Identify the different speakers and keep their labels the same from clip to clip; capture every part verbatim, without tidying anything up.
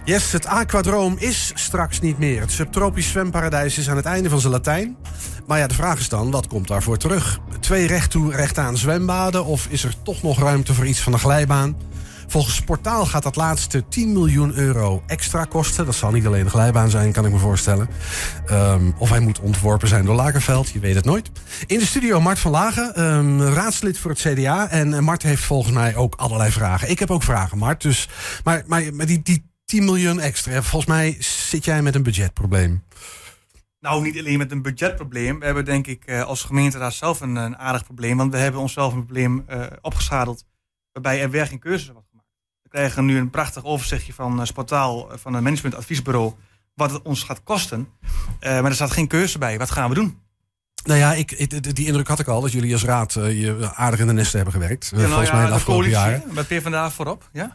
Speaker 1: Yes, het Aquadroom is straks niet meer. Het subtropisch zwemparadijs is aan het einde van zijn Latijn. Maar ja, de vraag is dan, wat komt daarvoor terug? Twee recht toe, recht aan zwembaden? Of is er toch nog ruimte voor iets van een glijbaan? Volgens Portaal gaat dat laatste tien miljoen euro extra kosten. Dat zal niet alleen een glijbaan zijn, kan ik me voorstellen. Um, of hij moet ontworpen zijn door Lagerveld, je weet het nooit. In de studio Mart van Lagen, um, raadslid voor het C D A. En Mart heeft volgens mij ook allerlei vragen. Ik heb ook vragen, Mart. Dus, maar, maar, maar die, die tien miljoen extra, volgens mij zit jij met een budgetprobleem.
Speaker 2: Nou, niet alleen met een budgetprobleem. We hebben denk ik als gemeenteraad zelf een, een aardig probleem. Want we hebben onszelf een probleem uh, opgezadeld waarbij er weer geen keuzes wordt gemaakt. We krijgen nu een prachtig overzichtje van uh, Portaal, uh, van het managementadviesbureau, wat het ons gaat kosten. Uh, maar er staat geen keuze bij. Wat gaan we doen?
Speaker 1: Nou ja, ik, ik, die indruk had ik al, dat jullie als raad uh, je aardig in de nesten hebben gewerkt.
Speaker 2: Ja, nou
Speaker 1: volgens
Speaker 2: ja,
Speaker 1: mij de,
Speaker 2: de
Speaker 1: afgelopen
Speaker 2: coalitie,
Speaker 1: jaren.
Speaker 2: Met PvdA voorop, ja?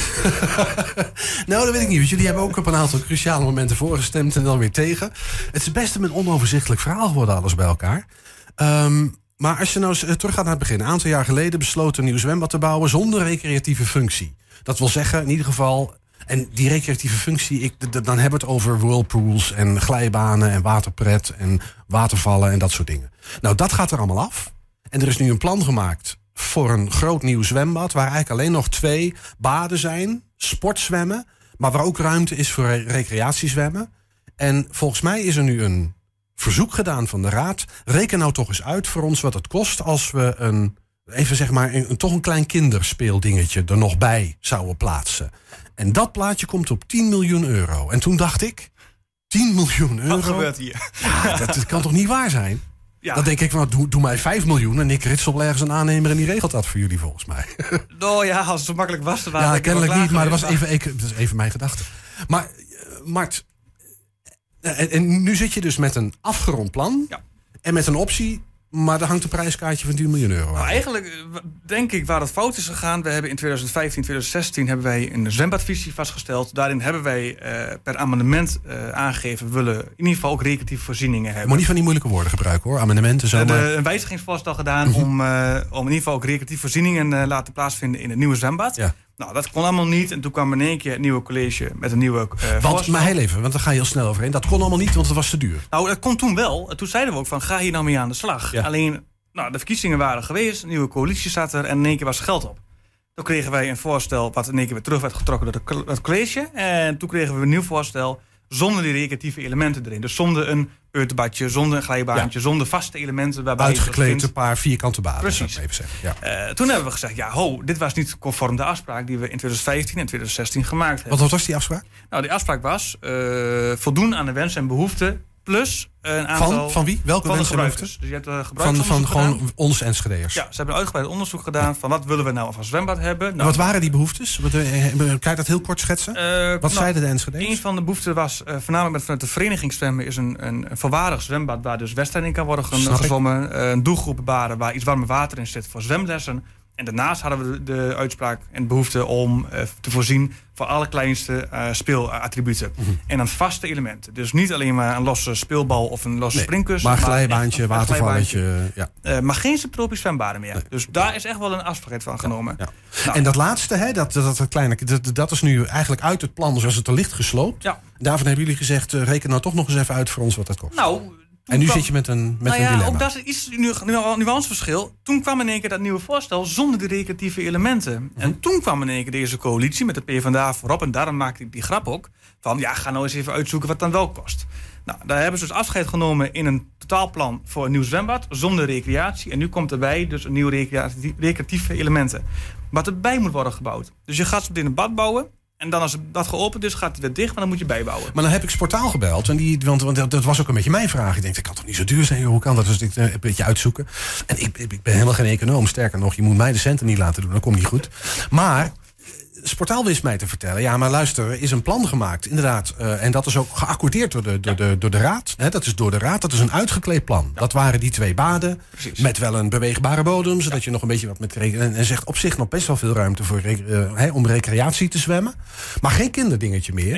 Speaker 1: Nou, dat weet ik niet. Want jullie hebben ook op een aantal cruciale momenten voorgestemd en dan weer tegen. Het is best een onoverzichtelijk verhaal geworden, alles bij elkaar. Um, maar als je nou eens terug gaat naar het begin. Een aantal jaar geleden besloot een nieuw zwembad te bouwen zonder recreatieve functie. Dat wil zeggen, in ieder geval. En die recreatieve functie, ik, d- d- dan hebben we het over whirlpools en glijbanen en waterpret en watervallen en dat soort dingen. Nou, dat gaat er allemaal af. En er is nu een plan gemaakt voor een groot nieuw zwembad, waar eigenlijk alleen nog twee baden zijn, sportzwemmen, maar waar ook ruimte is voor re- recreatiezwemmen. En volgens mij is er nu een verzoek gedaan van de raad. Reken nou toch eens uit voor ons wat het kost als we een, even zeg maar, een, een, toch een klein kinderspeeldingetje er nog bij zouden plaatsen. En dat plaatje komt op tien miljoen euro. En toen dacht ik, tien miljoen euro?
Speaker 2: Wat gebeurt hier?
Speaker 1: Ja, dat, dat kan toch niet waar zijn?
Speaker 2: Ja.
Speaker 1: Dan denk ik, van, doe, doe mij vijf miljoen en ik ritsel wel ergens een aannemer en die regelt dat voor jullie volgens mij.
Speaker 2: Nou ja, als het zo makkelijk was, dan waren
Speaker 1: Ja,
Speaker 2: we
Speaker 1: kennelijk niet, maar dat was
Speaker 2: geweest.
Speaker 1: even, ik, dat is even mijn gedachte. Maar, uh, Mart, en, en nu zit je dus met een afgerond plan
Speaker 2: Ja.
Speaker 1: en met een optie, maar daar hangt een prijskaartje van tien miljoen euro aan.
Speaker 2: Nou, eigenlijk denk ik waar het fout is gegaan. We hebben in twintig vijftien, twintig zestien hebben wij een zwembadvisie vastgesteld. Daarin hebben wij uh, per amendement uh, aangegeven, we willen in ieder geval ook recreatieve voorzieningen hebben.
Speaker 1: Je moet niet van die moeilijke woorden gebruiken hoor, amendementen zo.
Speaker 2: We
Speaker 1: Maar...
Speaker 2: hebben een wijzigingsvoorstel gedaan mm-hmm. om, uh, om in ieder geval ook recreatieve voorzieningen uh, laten plaatsvinden in het nieuwe zwembad.
Speaker 1: Ja.
Speaker 2: Nou, dat kon allemaal niet. En toen kwam in één keer het nieuwe college met een nieuwe uh,
Speaker 1: want,
Speaker 2: voorstel.
Speaker 1: maar heel even, want daar ga je heel snel overheen. Dat kon allemaal niet, want het was te duur.
Speaker 2: Nou, dat kon toen wel. Toen zeiden we ook van, ga hier nou mee aan de slag.
Speaker 1: Ja.
Speaker 2: Alleen, nou, de verkiezingen waren geweest, een nieuwe coalitie zat er en in één keer was geld op. Toen kregen wij een voorstel wat in één keer weer terug werd getrokken door de, het college. En toen kregen we een nieuw voorstel zonder die recreatieve elementen erin. Dus zonder een peuterbadje, zonder een glijbaantje, ja. zonder vaste elementen. Waarbij
Speaker 1: uitgekleed een paar vierkante baden.
Speaker 2: Precies.
Speaker 1: Even zeggen. Ja.
Speaker 2: Uh, toen hebben we gezegd, ja, ho, dit was niet conform de afspraak die we in twintig vijftien en twintig zestien gemaakt hebben.
Speaker 1: Wat, wat was die afspraak?
Speaker 2: Nou, die afspraak was uh, voldoen aan de wensen en behoeften. Plus een aantal...
Speaker 1: Van, van wie? Welke
Speaker 2: van
Speaker 1: wensen en
Speaker 2: behoeften? Dus je hebt uh,
Speaker 1: van, van gewoon
Speaker 2: gedaan.
Speaker 1: ons Enschedeers.
Speaker 2: Ja, ze hebben een uitgebreid onderzoek gedaan ja. van wat willen we nou van zwembad hebben. Nou,
Speaker 1: wat waren die behoeftes? Wat, kan je dat heel kort schetsen? Uh, wat nou, zeiden de Enschedeers?
Speaker 2: Een van de behoeften was, uh, voornamelijk met, vanuit de vereniging zwemmen, is een, een, een volwaardig zwembad waar dus wedstrijden in kan worden gezwommen. Uh, een doelgroep baren waar iets warme water in zit voor zwemlessen. En daarnaast hadden we de, de uitspraak en behoefte om uh, te voorzien voor alle kleinste uh, speelattributen. Mm-hmm. En dan vaste elementen. Dus niet alleen maar een losse speelbal of een losse nee, springkussen.
Speaker 1: Maar een glijbaantje, maar watervalletje. Ja.
Speaker 2: Uh, maar geen subtropisch zwembaden meer. Nee. Dus daar is echt wel een afspraak van genomen.
Speaker 1: Ja, ja. Nou. En dat laatste, hè, dat, dat, dat, kleine, dat, dat is nu eigenlijk uit het plan zoals het er ligt gesloopt. Ja. Daarvan hebben jullie gezegd, uh, reken nou toch nog eens even uit voor ons wat dat kost.
Speaker 2: Nou...
Speaker 1: En nu kwam, zit je met een, met
Speaker 2: nou
Speaker 1: een
Speaker 2: ja,
Speaker 1: dilemma.
Speaker 2: Ook dat is iets nu, nu al een nuanceverschil. Toen kwam in één keer dat nieuwe voorstel zonder de recreatieve elementen. Mm-hmm. En toen kwam in één keer deze coalitie met de PvdA voorop. En daarom maakte ik die grap ook. Van ja, ga nou eens even uitzoeken wat dan wel kost. Nou, daar hebben ze dus afscheid genomen in een totaalplan voor een nieuw zwembad. Zonder recreatie. En nu komt erbij dus een nieuwe recreatie, recreatieve elementen. Wat erbij moet worden gebouwd. Dus je gaat in een bad bouwen. En dan als dat geopend is, gaat het weer dicht, maar dan moet je bijbouwen.
Speaker 1: Maar dan heb ik Sportaal gebeld. En die, want, want dat was ook een beetje mijn vraag. Ik denk, dat kan toch niet zo duur zijn? Hoe kan dat? Dus ik een beetje uitzoeken. En ik, ik ben helemaal geen econoom. Sterker nog, je moet mij de centen niet laten doen. Dat komt niet goed. Maar Sportaal wist mij te vertellen. Ja, maar luister, er is een plan gemaakt. Inderdaad. Uh, en dat is ook geaccordeerd door de, door de, door de raad. He, dat is door de raad. Dat is een uitgekleed plan. Ja. Dat waren die twee baden. Precies. Met wel een beweegbare bodem. Zodat ja. je nog een beetje wat met... En, en zegt op zich nog best wel veel ruimte voor uh, he, om recreatie te zwemmen. Maar geen kinderdingetje meer.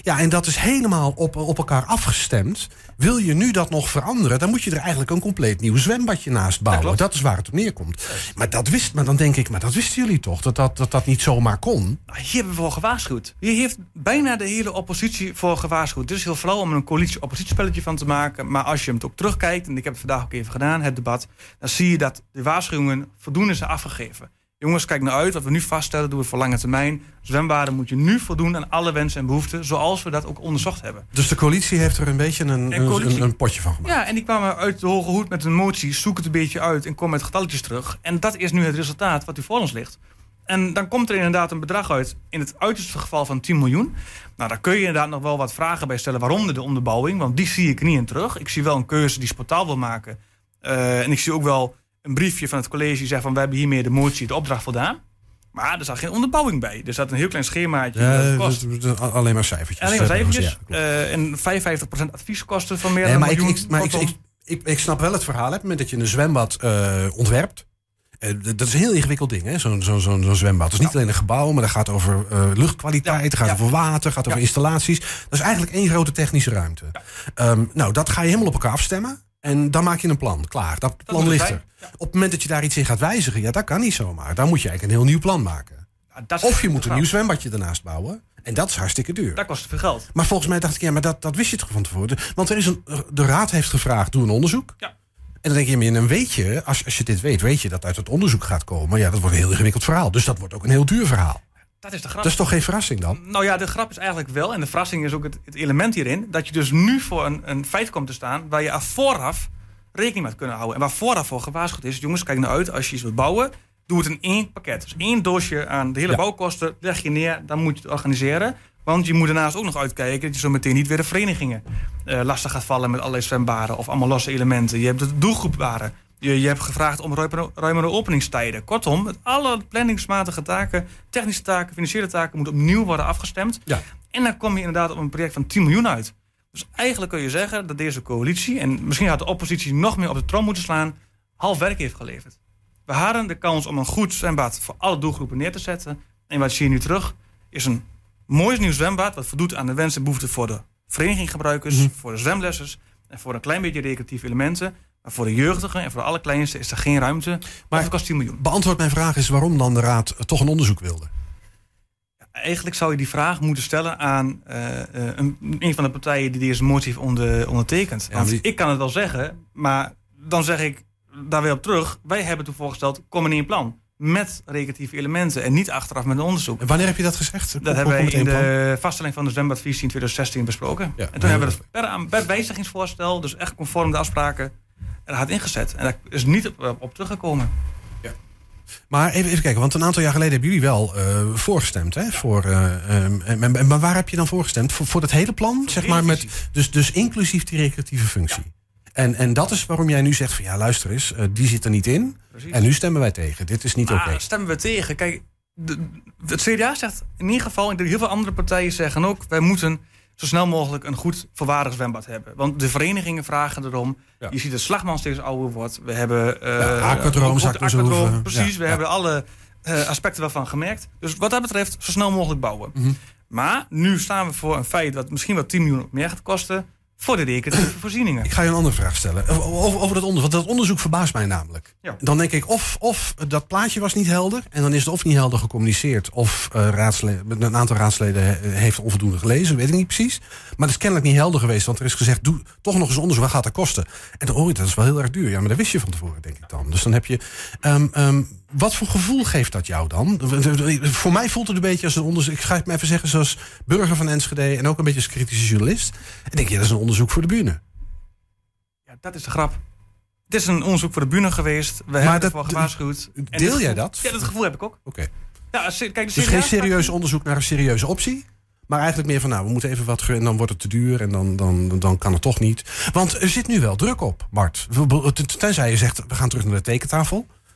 Speaker 1: Ja, en dat is helemaal op, op elkaar afgestemd. Wil je nu dat nog veranderen, dan moet je er eigenlijk een compleet nieuw zwembadje naast bouwen. Dat, dat is waar het op neerkomt. Maar dat wist, maar dan denk ik, maar dat wisten jullie toch? Dat dat, dat, dat niet zomaar kon?
Speaker 2: Hier hebben we voor gewaarschuwd. Hier heeft bijna de hele oppositie voor gewaarschuwd. Het is heel flauw om er een coalitie-oppositiespelletje van te maken. Maar als je hem ook terugkijkt, en ik heb het vandaag ook even gedaan, het debat, dan zie je dat de waarschuwingen voldoende zijn afgegeven. Jongens, kijk nou uit. Wat we nu vaststellen, doen we voor lange termijn. Zwembaden moet je nu voldoen aan alle wensen en behoeften, zoals we dat ook onderzocht hebben.
Speaker 1: Dus de coalitie heeft er een beetje een, een, een, een potje van gemaakt?
Speaker 2: Ja, en die kwamen uit de hoge hoed met een motie, zoek het een beetje uit en kom met getalletjes terug. En dat is nu het resultaat wat u voor ons ligt. En dan komt er inderdaad een bedrag uit, in het uiterste geval van tien miljoen. Nou, daar kun je inderdaad nog wel wat vragen bij stellen. Waarom de onderbouwing? Want die zie ik er niet in terug. Ik zie wel een keuze die Sportaal wil maken. Uh, en ik zie ook wel een briefje van het college die zegt van, we hebben hiermee de motie, de opdracht voldaan. Maar er zat geen onderbouwing bij. Er zat een heel klein schemaatje.
Speaker 1: Ja, dat kost. Dat, dat, alleen maar cijfertjes.
Speaker 2: Alleen maar cijfertjes. Ja, uh, en vijfenvijftig procent advieskosten van meer nee, dan
Speaker 1: maar
Speaker 2: een miljoen.
Speaker 1: Ik, ik, maar ik, ik, ik, ik snap wel het verhaal. Op het moment dat je een zwembad uh, ontwerpt. Uh, dat is een heel ingewikkeld ding, hè? Zo'n zo, zo, zo zwembad. Het is niet ja. alleen een gebouw, maar dat gaat over uh, luchtkwaliteit. Het ja. gaat ja. over water, gaat over ja. installaties. Dat is eigenlijk één grote technische ruimte. Ja. Um, nou, dat ga je helemaal op elkaar afstemmen. En dan maak je een plan. Klaar, dat plan dat ligt er. Ja. Op het moment dat je daar iets in gaat wijzigen, ja, dat kan niet zomaar. Dan moet je eigenlijk een heel nieuw plan maken. Ja, dat of je moet een nieuw zwembadje ernaast bouwen. En dat is hartstikke duur.
Speaker 2: Dat kost veel geld.
Speaker 1: Maar volgens mij dacht ik, ja, maar dat, dat wist je toch van tevoren. Want er is een, de raad heeft gevraagd, doe een onderzoek. Ja. En dan denk je, maar dan weet je, als, als je dit weet, weet je dat uit het onderzoek gaat komen. Maar ja, dat wordt een heel ingewikkeld verhaal. Dus dat wordt ook een heel duur verhaal.
Speaker 2: Dat is de grap.
Speaker 1: Dat is toch geen verrassing dan?
Speaker 2: Nou ja, de grap is eigenlijk wel, en de verrassing is ook het, het element hierin, dat je dus nu voor een, een feit komt te staan waar je af vooraf rekening mee kunnen houden. En waar vooraf voor gewaarschuwd is, jongens, kijk nou uit, als je iets wilt bouwen, doe het in één pakket. Dus één doosje aan de hele ja. bouwkosten, leg je neer, dan moet je het organiseren. Want je moet daarnaast ook nog uitkijken dat je zo meteen niet weer de verenigingen uh, lastig gaat vallen met allerlei zwembaden of allemaal losse elementen. Je hebt de doelgroepbaren. Je, je hebt gevraagd om ruimere, ruimere openingstijden. Kortom, met alle planningsmatige taken, technische taken, financiële taken moeten opnieuw worden afgestemd. Ja. En dan kom je inderdaad op een project van tien miljoen uit. Dus eigenlijk kun je zeggen dat deze coalitie, en misschien had de oppositie nog meer op de trom moeten slaan, half werk heeft geleverd. We hadden de kans om een goed zwembad voor alle doelgroepen neer te zetten. En wat zie je nu terug, is een mooi nieuw zwembad wat voldoet aan de wensen en behoeften voor de vereniginggebruikers, mm-hmm. voor de zwemlessers en voor een klein beetje recreatieve elementen. Maar voor de jeugdigen en voor de allerkleinste is er geen ruimte. Maar het kost tien miljoen.
Speaker 1: Beantwoord mijn vraag is waarom dan de Raad toch een onderzoek wilde.
Speaker 2: Ja, eigenlijk zou je die vraag moeten stellen aan uh, een, een van de partijen die deze motie heeft onder, ondertekend. Ja, die... Ik kan het wel zeggen, maar dan zeg ik daar weer op terug. Wij hebben toen voorgesteld, kom in één plan. Met recreatieve elementen en niet achteraf met een onderzoek.
Speaker 1: En wanneer heb je dat gezegd?
Speaker 2: Dat kom, hebben wij in de plan? Vaststelling van de zwembadvisie in twintig zestien besproken. Ja, en toen hebben we het per, per wijzigingsvoorstel, dus echt conform de afspraken, er had ingezet. En daar is niet op, op teruggekomen. Ja.
Speaker 1: Maar even, even kijken, want een aantal jaar geleden hebben jullie wel uh, voorgestemd. Hè? Voor, uh, um, maar waar heb je dan voorgestemd? Voor, voor dat hele plan? Voor zeg maar met, dus, dus inclusief die recreatieve functie. Ja. En, en dat is waarom jij nu zegt van ja, luister eens, uh, die zit er niet in. Precies. En nu stemmen wij tegen. Dit is niet oké. Okay.
Speaker 2: Stemmen we tegen. Kijk, de, het C D A zegt in ieder geval, en heel veel andere partijen zeggen ook, wij moeten zo snel mogelijk een goed volwaardig zwembad hebben. Want de verenigingen vragen erom. Ja. Je ziet dat Slagman steeds ouder wordt. We hebben uh, ja,
Speaker 1: aquadroom, aquadroom,
Speaker 2: precies. Ja, we ja. hebben alle uh, aspecten waarvan gemerkt. Dus wat dat betreft, zo snel mogelijk bouwen. Mm-hmm. Maar nu staan we voor een feit dat misschien wel tien miljoen meer gaat kosten voor de recreatieve voorzieningen.
Speaker 1: Ik ga je een andere vraag stellen. Over, over dat onderzoek. Want dat onderzoek verbaast mij namelijk. Ja. Dan denk ik, of, of dat plaatje was niet helder. En dan is het of niet helder gecommuniceerd. Of uh, raadsleden, een aantal raadsleden heeft onvoldoende gelezen. Weet ik niet precies. Maar het is kennelijk niet helder geweest. Want er is gezegd, doe toch nog eens onderzoek. Wat gaat dat kosten? En dan hoor je, dat is wel heel erg duur. Ja, maar dat wist je van tevoren, denk ik dan. Dus dan heb je... Um, um, wat voor gevoel geeft dat jou dan? Voor mij voelt het een beetje als een onderzoek. Ik ga het maar even zeggen, zoals burger van Enschede en ook een beetje als kritische journalist. En denk je, dat is een onderzoek voor de bühne.
Speaker 2: Ja, dat is de grap. Het is een onderzoek voor de bühne geweest. We maar hebben ervoor gewaarschuwd.
Speaker 1: Deel en gevoel, jij dat?
Speaker 2: Ja, dat gevoel heb ik ook.
Speaker 1: Oké.
Speaker 2: Okay. Ja, kijk,
Speaker 1: dus geen serieus onderzoek naar een serieuze optie? Maar eigenlijk meer van, nou, we moeten even wat... en dan wordt het te duur en dan, dan, dan kan het toch niet. Want er zit nu wel druk op, Mart. Tenzij je zegt, we gaan terug naar de tekentafel.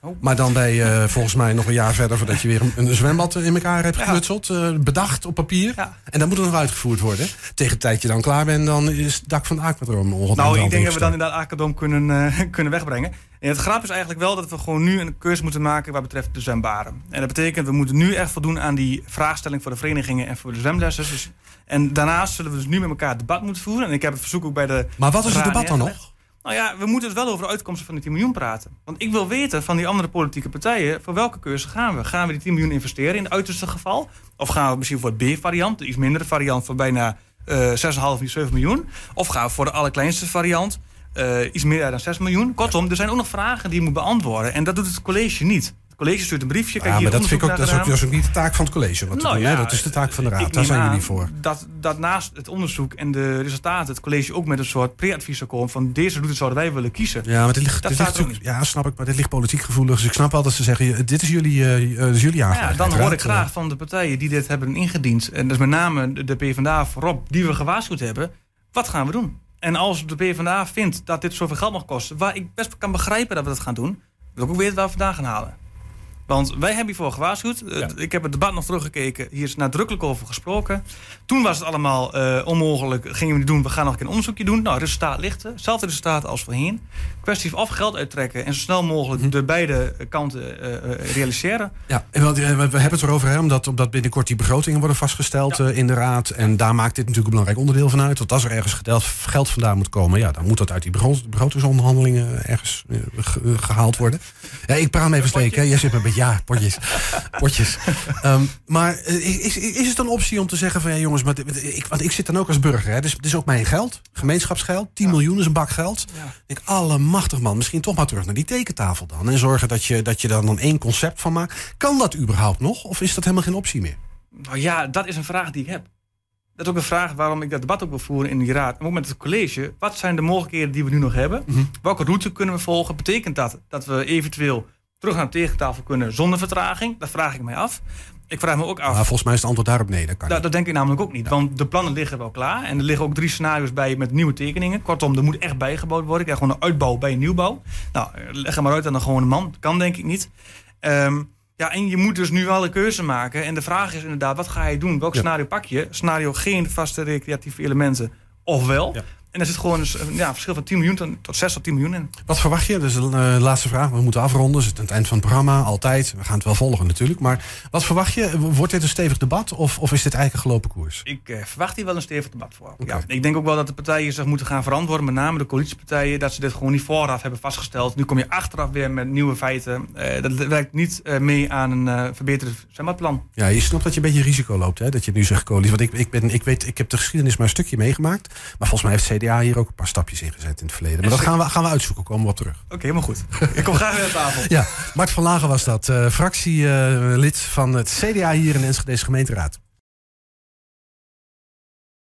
Speaker 1: Oh. Maar dan ben je uh, volgens mij nog een jaar verder voordat je weer een, een zwembad in elkaar hebt geknutseld. Uh, bedacht op papier. Ja. En dan moet het nog uitgevoerd worden. Tegen het tijd je dan klaar bent, dan is het dak van de Aquadroom ongeveer.
Speaker 2: Nou, ik denk dat we dan inderdaad Aquadroom kunnen, uh, kunnen wegbrengen. En het grap is eigenlijk wel dat we gewoon nu een keuze moeten maken wat betreft de zwembaden. En dat betekent, we moeten nu echt voldoen aan die vraagstelling voor de verenigingen en voor de zwemlessen. Dus, en daarnaast zullen we dus nu met elkaar het debat moeten voeren. En ik heb het verzoek ook bij de...
Speaker 1: Maar wat is het debat dan nog?
Speaker 2: Nou ja, we moeten dus wel over de uitkomsten van die tien miljoen praten. Want ik wil weten van die andere politieke partijen, voor welke keuze gaan we? Gaan we die tien miljoen investeren in het uiterste geval? Of gaan we misschien voor het B-variant, de iets mindere variant van bijna uh, zes komma vijf, zeven miljoen? Of gaan we voor de allerkleinste variant, uh, iets meer dan zes miljoen? Kortom, er zijn ook nog vragen die je moet beantwoorden. En dat doet het college niet. Het college stuurt een briefje. Kijk,
Speaker 1: ja,
Speaker 2: hier
Speaker 1: maar dat, vind ik ook, dat, is ook, dat is ook niet de taak van het college. Wat
Speaker 2: nou,
Speaker 1: doen,
Speaker 2: ja,
Speaker 1: hè? Dat is de taak van de raad. Daar zijn jullie voor.
Speaker 2: Dat, dat naast het onderzoek en de resultaten het college ook met een soort pre-advies zou komen van deze route zouden wij willen kiezen.
Speaker 1: Ja, maar dit ligt,
Speaker 2: dat
Speaker 1: dit ligt natuurlijk, ja, snap ik, maar dit ligt politiek gevoelig. Dus ik snap wel dat ze zeggen, dit is jullie, uh, dit is jullie aangelegenheid.
Speaker 2: Ja, dan hoor ik graag van de partijen die dit hebben ingediend. En dus met name de PvdA voorop, die we gewaarschuwd hebben. Wat gaan we doen? En als de PvdA vindt dat dit zoveel geld mag kosten, waar ik best kan begrijpen dat we dat gaan doen, wil ik ook weten waar we vandaan gaan halen. Want wij hebben hiervoor gewaarschuwd. Ja. Ik heb het debat nog teruggekeken. Hier is nadrukkelijk over gesproken. Toen was het allemaal uh, onmogelijk. Gingen we niet doen. We gaan nog een onderzoekje doen. Nou, het resultaat ligt er. Hetzelfde resultaat als voorheen. Kwestie of geld uittrekken en zo snel mogelijk hm. de beide kanten uh, realiseren.
Speaker 1: Ja, en we, we hebben het erover, hè, omdat, omdat binnenkort die begrotingen worden vastgesteld ja. uh, in de raad. En daar maakt dit natuurlijk een belangrijk onderdeel van uit. Want als er ergens gedeld, geld vandaan moet komen, ja, dan moet dat uit die begrotingsonderhandelingen ergens uh, gehaald worden. Ja, ik praat me even steken. Jij zit met een beetje. Ja, potjes. potjes. Um, maar is, is het een optie om te zeggen van ja jongens, maar ik, want ik zit dan ook als burger, hè, dus het is ook mijn geld, gemeenschapsgeld, tien miljoen is een bak geld. Ja. Ik denk, allemachtig man, misschien toch maar terug naar die tekentafel dan en zorgen dat je, dat je dan, dan één concept van maakt. Kan dat überhaupt nog of is dat helemaal geen optie meer?
Speaker 2: Nou ja, dat is een vraag die ik heb. Dat is ook een vraag waarom ik dat debat ook wil voeren in die raad. En ook met het college. Wat zijn de mogelijkheden die we nu nog hebben? Mm-hmm. Welke route kunnen we volgen? Betekent dat dat we eventueel terug naar de tegentafel kunnen zonder vertraging? Dat vraag ik mij af. Ik vraag me ook af.
Speaker 1: Maar volgens mij is het antwoord daarop nee. Dat, kan
Speaker 2: da, dat denk ik namelijk ook niet. Ja. Want de plannen liggen wel klaar. En er liggen ook drie scenario's bij met nieuwe tekeningen. Kortom, er moet echt bijgebouwd worden. Ik krijg gewoon een uitbouw bij een nieuwbouw. Nou, leg er maar uit aan de gewone man. Dat kan denk ik niet. Um, ja, en je moet dus nu wel een keuze maken. En de vraag is inderdaad, wat ga je doen? Welk ja. scenario pak je? Scenario geen vaste recreatieve elementen. Ofwel. Ja. En er zit gewoon een ja, verschil van tien miljoen tot zes tot tien miljoen in. Wat
Speaker 1: verwacht je? Dus de uh, laatste vraag. We moeten afronden. Het is het eind van het programma. Altijd. We gaan het wel volgen natuurlijk. Maar wat verwacht je? Wordt dit een stevig debat? Of, of is dit eigenlijk een gelopen koers?
Speaker 2: Ik uh, verwacht hier wel een stevig debat voor. Okay. Ja, ik denk ook wel dat de partijen zich moeten gaan verantwoorden. Met name de coalitiepartijen. Dat ze dit gewoon niet vooraf hebben vastgesteld. Nu kom je achteraf weer met nieuwe feiten. Uh, dat werkt niet uh, mee aan een uh, verbeterd zwembadplan.
Speaker 1: Ja, je snapt dat je een beetje risico loopt. Hè? Dat je nu zegt coalitie. Want ik, ik, ben, ik weet, ik heb de geschiedenis maar een stukje meegemaakt. Maar volgens mij heeft C D A hier ook een paar stapjes ingezet in het verleden. Maar dat gaan we, gaan we uitzoeken, komen we op terug.
Speaker 2: Oké, okay, helemaal goed. Ik kom graag weer aan tafel.
Speaker 1: Ja, Mart van Lagen was dat, uh, fractielid uh, van het C D A hier in de Enschedese gemeenteraad.